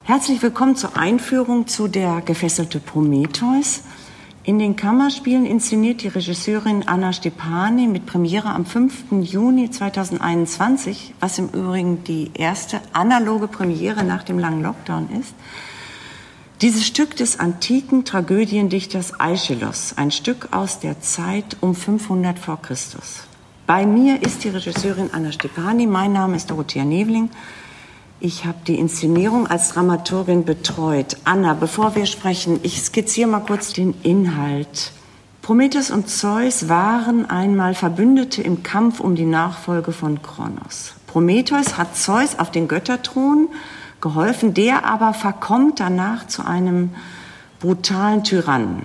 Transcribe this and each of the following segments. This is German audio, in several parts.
Herzlich willkommen zur Einführung zu Der gefesselte Prometheus. In den Kammerspielen inszeniert die Regisseurin Anna Stepani mit Premiere am 5. Juni 2021, was im Übrigen die erste analoge Premiere nach dem langen Lockdown ist, dieses Stück des antiken Tragödiendichters Aeschylus, ein Stück aus der Zeit um 500 vor Christus. Bei mir ist die Regisseurin Anna Stepani, mein Name ist Dorothea Nevling. Ich habe die Inszenierung als Dramaturgin betreut. Anna, bevor wir sprechen, ich skizziere mal kurz den Inhalt. Prometheus und Zeus waren einmal Verbündete im Kampf um die Nachfolge von Kronos. Prometheus hat Zeus auf den Götterthron geholfen, der aber verkommt danach zu einem brutalen Tyrannen.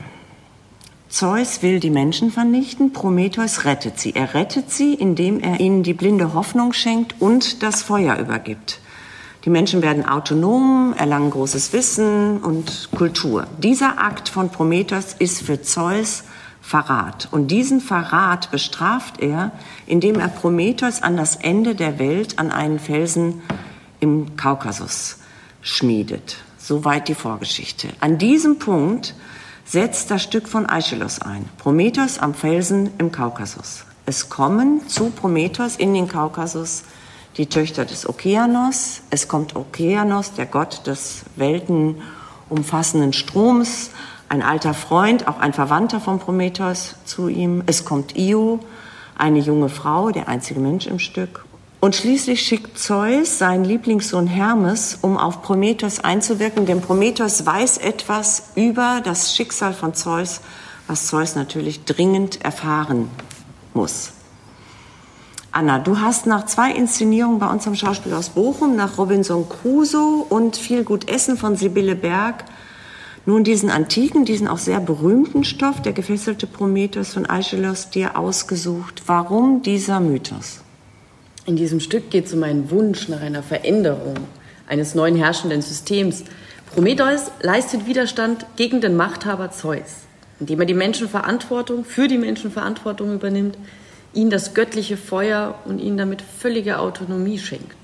Zeus will die Menschen vernichten, Prometheus rettet sie. Er rettet sie, indem er ihnen die blinde Hoffnung schenkt und das Feuer übergibt. Die Menschen werden autonom, erlangen großes Wissen und Kultur. Dieser Akt von Prometheus ist für Zeus Verrat. Und diesen Verrat bestraft er, indem er Prometheus an das Ende der Welt an einen Felsen im Kaukasus schmiedet. Soweit die Vorgeschichte. An diesem Punkt setzt das Stück von Aeschylus ein. Prometheus am Felsen im Kaukasus. Es kommen zu Prometheus in den Kaukasus die Töchter des Okeanos. Es kommt Okeanos, der Gott des weltenumfassenden Stroms, ein alter Freund, auch ein Verwandter von Prometheus zu ihm. Es kommt Io, eine junge Frau, der einzige Mensch im Stück. Und schließlich schickt Zeus seinen Lieblingssohn Hermes, um auf Prometheus einzuwirken, denn Prometheus weiß etwas über das Schicksal von Zeus, was Zeus natürlich dringend erfahren muss. Anna, du hast nach 2 Inszenierungen bei uns am Schauspielhaus Bochum, nach Robinson Crusoe und Viel gut Essen von Sibylle Berg, nun diesen antiken, diesen auch sehr berühmten Stoff, Der gefesselte Prometheus von Aeschylus, dir ausgesucht. Warum dieser Mythos? In diesem Stück geht es um einen Wunsch nach einer Veränderung eines neuen herrschenden Systems. Prometheus leistet Widerstand gegen den Machthaber Zeus, indem er für die Menschen Verantwortung übernimmt, ihnen das göttliche Feuer und ihnen damit völlige Autonomie schenkt.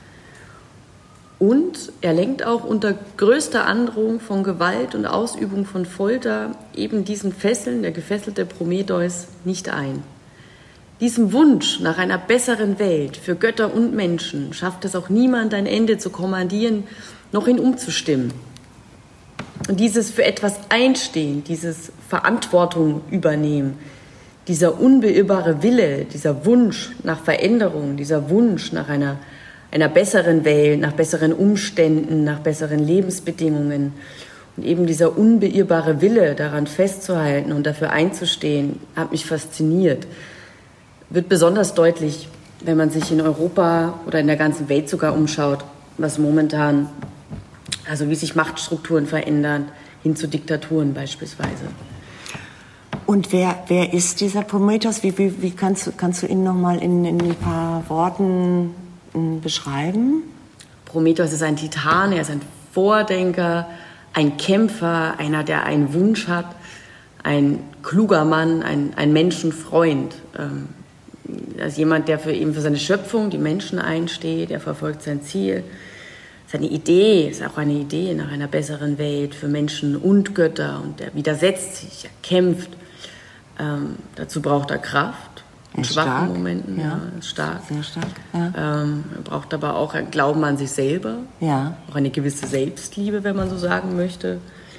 Und er lenkt auch unter größter Androhung von Gewalt und Ausübung von Folter eben diesen Fesseln, der gefesselte Prometheus, nicht ein. Diesem Wunsch nach einer besseren Welt für Götter und Menschen schafft es auch niemand, ein Ende zu kommandieren, noch ihn umzustimmen. Und dieses für etwas einstehen, dieses Verantwortung übernehmen, dieser unbeirrbare Wille, dieser Wunsch nach Veränderung, dieser Wunsch nach einer besseren Welt, nach besseren Umständen, nach besseren Lebensbedingungen und eben dieser unbeirrbare Wille, daran festzuhalten und dafür einzustehen, hat mich fasziniert. Wird besonders deutlich, wenn man sich in Europa oder in der ganzen Welt sogar umschaut, was momentan, also wie sich Machtstrukturen verändern, hin zu Diktaturen beispielsweise. Und wer ist dieser Prometheus? Wie kannst du ihn noch mal in ein paar Worten beschreiben? Prometheus ist ein Titan, er ist ein Vordenker, ein Kämpfer, einer, der einen Wunsch hat, ein kluger Mann, ein Menschenfreund. Also jemand, der für seine Schöpfung, die Menschen einsteht, er verfolgt sein Ziel. Seine Idee ist auch eine Idee nach einer besseren Welt für Menschen und Götter und er widersetzt sich, er kämpft. Dazu braucht er Kraft in schwachen Momenten, stark. Sehr stark. Ja. Er braucht aber auch einen Glauben an sich selber, auch eine gewisse Selbstliebe, wenn man so sagen möchte.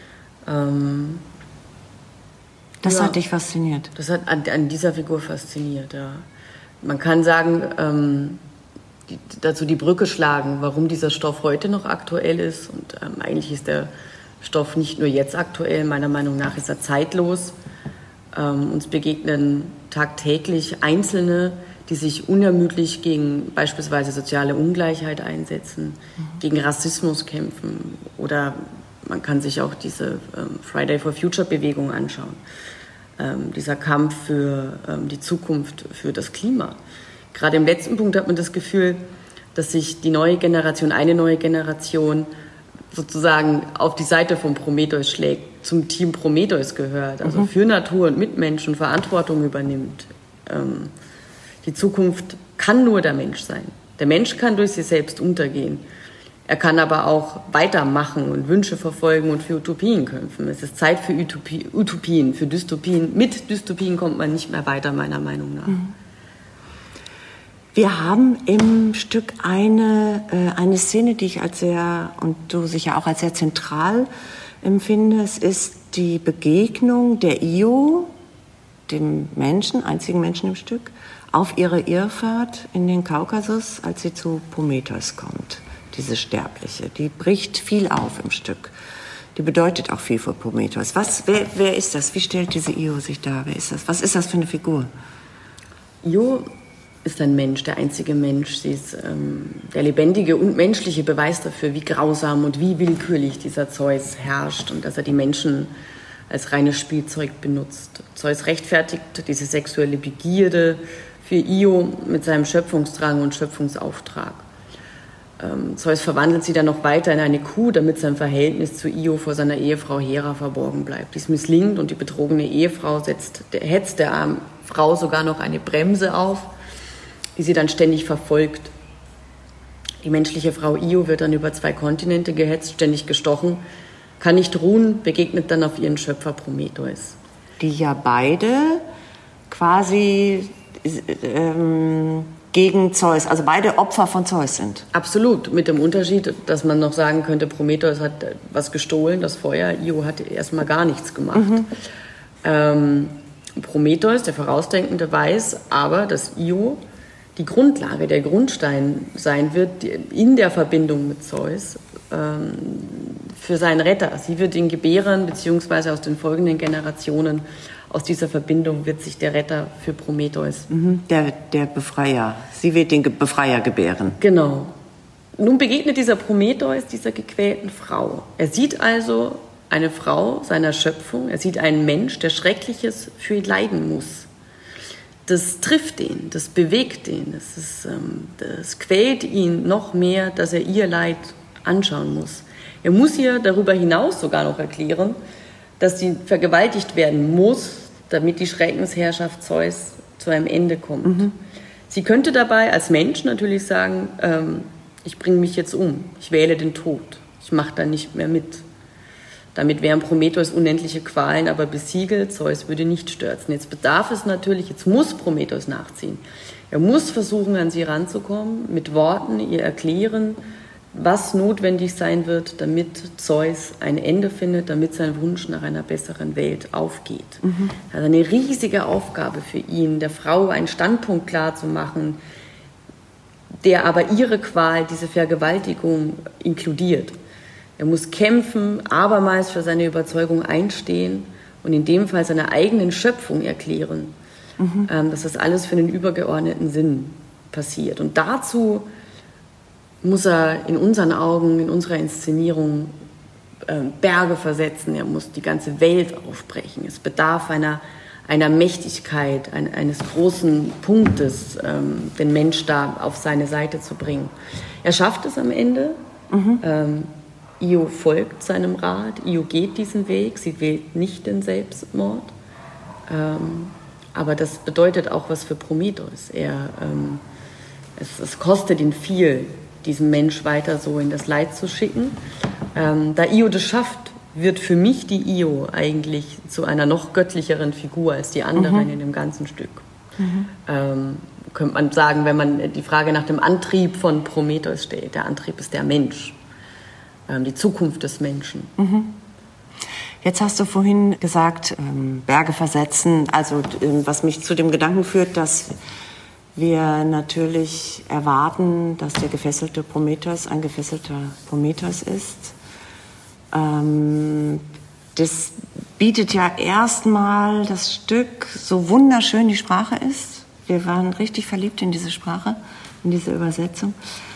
Das hat dich fasziniert? Das hat an dieser Figur fasziniert, ja. Man kann sagen, dazu die Brücke schlagen, warum dieser Stoff heute noch aktuell ist. Und eigentlich ist der Stoff nicht nur jetzt aktuell, meiner Meinung nach ist er zeitlos. Uns begegnen tagtäglich Einzelne, die sich unermüdlich gegen beispielsweise soziale Ungleichheit einsetzen, gegen Rassismus kämpfen. Oder man kann sich auch diese Friday for Future Bewegung anschauen. Dieser Kampf für die Zukunft, für das Klima. Gerade im letzten Punkt hat man das Gefühl, dass sich eine neue Generation sozusagen auf die Seite von Prometheus schlägt, zum Team Prometheus gehört, also für Natur und Mitmenschen Verantwortung übernimmt. Die Zukunft kann nur der Mensch sein. Der Mensch kann durch sich selbst untergehen. Er kann aber auch weitermachen und Wünsche verfolgen und für Utopien kämpfen. Es ist Zeit für Utopien, für Dystopien. Mit Dystopien kommt man nicht mehr weiter, meiner Meinung nach. Wir haben im Stück eine Szene, die ich als sehr, und du sicher auch als sehr zentral empfinde. Es ist die Begegnung der Io, dem Menschen, einzigen Menschen im Stück, auf ihrer Irrfahrt in den Kaukasus, als sie zu Prometheus kommt. Diese Sterbliche, die bricht viel auf im Stück. Die bedeutet auch viel für Prometheus. Wer ist das? Wie stellt diese Io sich dar? Wer ist das? Was ist das für eine Figur? Io ist ein Mensch, der einzige Mensch. Sie ist der lebendige und menschliche Beweis dafür, wie grausam und wie willkürlich dieser Zeus herrscht und dass er die Menschen als reines Spielzeug benutzt. Zeus rechtfertigt diese sexuelle Begierde für Io mit seinem Schöpfungsdrang und Schöpfungsauftrag. Zeus verwandelt sie dann noch weiter in eine Kuh, damit sein Verhältnis zu Io vor seiner Ehefrau Hera verborgen bleibt. Dies misslingt und die betrogene Ehefrau hetzt der armen Frau sogar noch eine Bremse auf, die sie dann ständig verfolgt. Die menschliche Frau Io wird dann über 2 Kontinente gehetzt, ständig gestochen, kann nicht ruhen, begegnet dann auf ihren Schöpfer Prometheus. Die ja beide quasi gegen Zeus, also beide Opfer von Zeus sind. Absolut, mit dem Unterschied, dass man noch sagen könnte, Prometheus hat was gestohlen, das Feuer, Io hat erstmal gar nichts gemacht. Prometheus, der Vorausdenkende, weiß aber, dass Io die Grundlage, der Grundstein sein wird in der Verbindung mit Zeus für seinen Retter. Sie wird ihn gebären, beziehungsweise aus den folgenden Generationen, aus dieser Verbindung wird sich der Retter für Prometheus. Der Befreier. Sie wird den Befreier gebären. Genau. Nun begegnet dieser Prometheus dieser gequälten Frau. Er sieht also eine Frau seiner Schöpfung, er sieht einen Mensch, der Schreckliches für ihn leiden muss. Das trifft ihn, das bewegt ihn, das quält ihn noch mehr, dass er ihr Leid anschauen muss. Er muss ihr darüber hinaus sogar noch erklären, dass sie vergewaltigt werden muss, damit die Schreckensherrschaft Zeus zu einem Ende kommt. Sie könnte dabei als Mensch natürlich sagen, ich bringe mich jetzt um, ich wähle den Tod, ich mache da nicht mehr mit. Damit wären Prometheus unendliche Qualen aber besiegelt, Zeus würde nicht stürzen. Jetzt muss Prometheus nachziehen. Er muss versuchen, an sie ranzukommen, mit Worten ihr erklären, was notwendig sein wird, damit Zeus ein Ende findet, damit sein Wunsch nach einer besseren Welt aufgeht. Also eine riesige Aufgabe für ihn, der Frau einen Standpunkt klarzumachen, der aber ihre Qual, diese Vergewaltigung inkludiert. Er muss kämpfen, abermals für seine Überzeugung einstehen und in dem Fall seine eigenen Schöpfung erklären, dass das alles für einen übergeordneten Sinn passiert. Und dazu muss er in unseren Augen, in unserer Inszenierung Berge versetzen, er muss die ganze Welt aufbrechen. Es bedarf einer Mächtigkeit, eines großen Punktes, den Mensch da auf seine Seite zu bringen. Er schafft es am Ende. Io folgt seinem Rat, Io geht diesen Weg, sie wählt nicht den Selbstmord. Aber das bedeutet auch was für Prometheus. Es kostet ihn viel, diesen Mensch weiter so in das Leid zu schicken. Da Io das schafft, wird für mich die Io eigentlich zu einer noch göttlicheren Figur als die anderen in dem ganzen Stück. Könnte man sagen, wenn man die Frage nach dem Antrieb von Prometheus stellt. Der Antrieb ist der Mensch, die Zukunft des Menschen. Jetzt hast du vorhin gesagt, Berge versetzen, also was mich zu dem Gedanken führt, dass wir natürlich erwarten, dass der gefesselte Prometheus ein gefesselter Prometheus ist. Das bietet ja erstmal das Stück, so wunderschön die Sprache ist. Wir waren richtig verliebt in diese Sprache, in diese Übersetzung.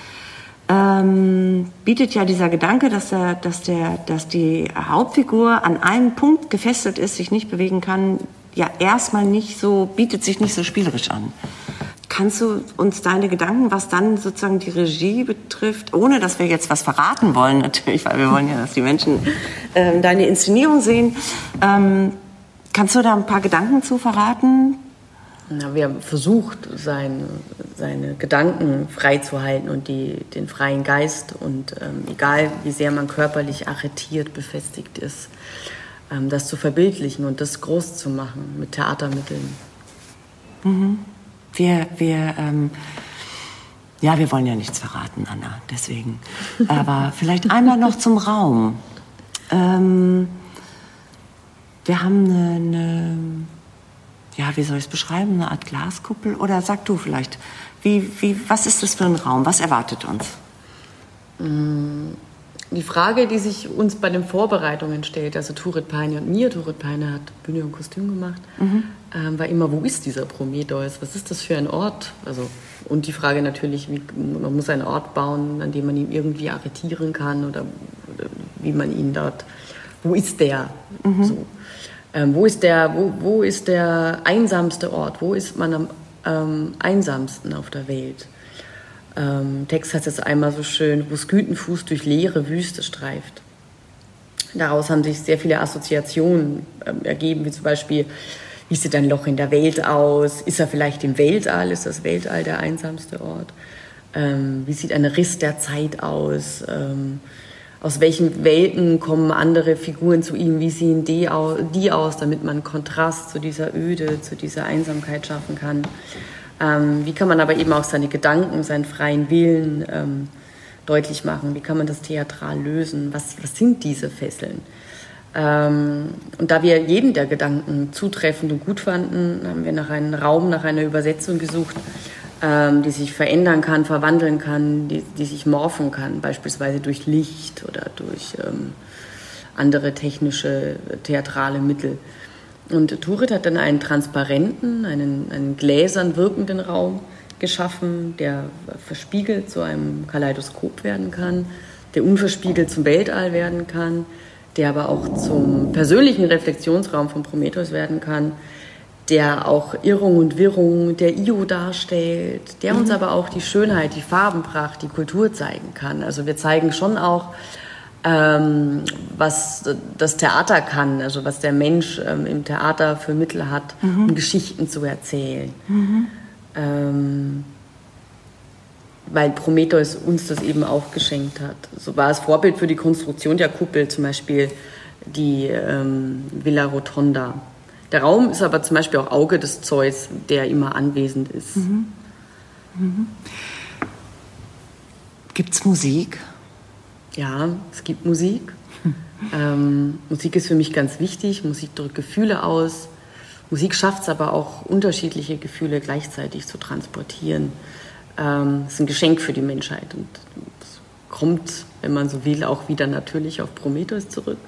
Bietet ja dieser Gedanke, dass die Hauptfigur an einem Punkt gefesselt ist, sich nicht bewegen kann, ja erstmal bietet sich nicht so spielerisch an. Kannst du uns deine Gedanken, was dann sozusagen die Regie betrifft, ohne dass wir jetzt was verraten wollen natürlich, weil wir wollen ja, dass die Menschen deine Inszenierung sehen, kannst du da ein paar Gedanken zu verraten? Wer versucht, seine Gedanken frei zu halten und den freien Geist und egal wie sehr man körperlich arretiert, befestigt ist, das zu verbildlichen und das groß zu machen mit Theatermitteln. Mhm. Wir wollen ja nichts verraten, Anna, deswegen. Aber vielleicht einmal noch zum Raum. Wir haben wie soll ich es beschreiben, eine Art Glaskuppel? Oder sag du vielleicht, was ist das für ein Raum? Was erwartet uns? Die Frage, die sich uns bei den Vorbereitungen stellt, also Turit Peine und mir, Turit Peine hat Bühne und Kostüm gemacht, war immer, wo ist dieser Prometheus? Was ist das für ein Ort? Und die Frage natürlich, man muss einen Ort bauen, an dem man ihn irgendwie arretieren kann oder wie man ihn dort, wo ist der? So. Wo ist der einsamste Ort? Wo ist man am einsamsten auf der Welt? Text hat es einmal so schön, wo Skythenfuß durch leere Wüste streift. Daraus haben sich sehr viele Assoziationen ergeben, wie zum Beispiel, wie sieht ein Loch in der Welt aus? Ist er vielleicht im Weltall? Ist das Weltall der einsamste Ort? Wie sieht ein Riss der Zeit aus? Aus welchen Welten kommen andere Figuren zu ihm? Wie sehen die aus, damit man Kontrast zu dieser Öde, zu dieser Einsamkeit schaffen kann? Wie kann man aber eben auch seine Gedanken, seinen freien Willen deutlich machen? Wie kann man das theatral lösen? Was sind diese Fesseln? Und da wir jeden der Gedanken zutreffend und gut fanden, haben wir nach einem Raum, nach einer Übersetzung gesucht, die sich verändern kann, verwandeln kann, die sich morphen kann, beispielsweise durch Licht oder durch andere technische, theatrale Mittel. Und Turit hat dann einen transparenten, einen gläsern wirkenden Raum geschaffen, der verspiegelt zu einem Kaleidoskop werden kann, der unverspiegelt zum Weltall werden kann, der aber auch zum persönlichen Reflexionsraum von Prometheus werden kann, der auch Irrung und Wirrung der Io darstellt, der uns aber auch die Schönheit, die Farbenpracht, die Kultur zeigen kann. Also wir zeigen schon auch, was das Theater kann, also was der Mensch im Theater für Mittel hat, um Geschichten zu erzählen. Weil Prometheus uns das eben auch geschenkt hat. So war es Vorbild für die Konstruktion der Kuppel, zum Beispiel die Villa Rotonda. Der Raum ist aber zum Beispiel auch Auge des Zeus, der immer anwesend ist. Gibt's Musik? Ja, es gibt Musik. Musik ist für mich ganz wichtig. Musik drückt Gefühle aus. Musik schafft es aber auch, unterschiedliche Gefühle gleichzeitig zu transportieren. Es ist ein Geschenk für die Menschheit. Und es kommt, wenn man so will, auch wieder natürlich auf Prometheus zurück.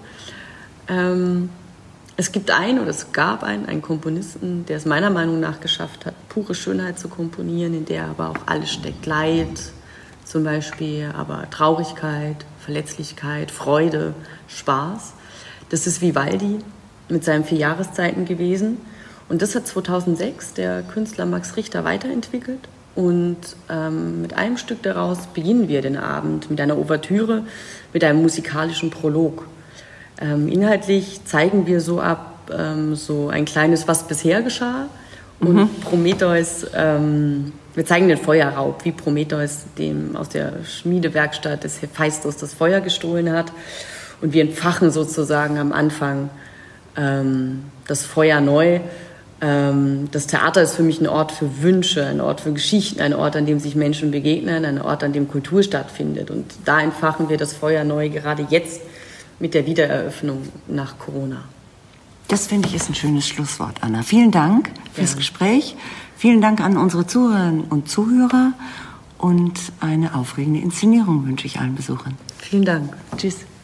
Es gab einen Komponisten, der es meiner Meinung nach geschafft hat, pure Schönheit zu komponieren, in der aber auch alles steckt. Leid zum Beispiel, aber Traurigkeit, Verletzlichkeit, Freude, Spaß. Das ist Vivaldi mit seinen 4 Jahreszeiten gewesen. Und das hat 2006 der Künstler Max Richter weiterentwickelt. Und mit einem Stück daraus beginnen wir den Abend mit einer Ouvertüre, mit einem musikalischen Prolog. Inhaltlich zeigen wir so so ein kleines Was bisher geschah und Prometheus, wir zeigen den Feuerraub, wie Prometheus dem aus der Schmiedewerkstatt des Hephaistos das Feuer gestohlen hat und wir entfachen sozusagen am Anfang das Feuer neu. Das Theater ist für mich ein Ort für Wünsche, ein Ort für Geschichten, ein Ort, an dem sich Menschen begegnen, ein Ort, an dem Kultur stattfindet und da entfachen wir das Feuer neu, gerade jetzt mit der Wiedereröffnung nach Corona. Das finde ich ist ein schönes Schlusswort, Anna. Vielen Dank fürs Gespräch. Vielen Dank an unsere Zuhörerinnen und Zuhörer und eine aufregende Inszenierung wünsche ich allen Besuchern. Vielen Dank. Tschüss.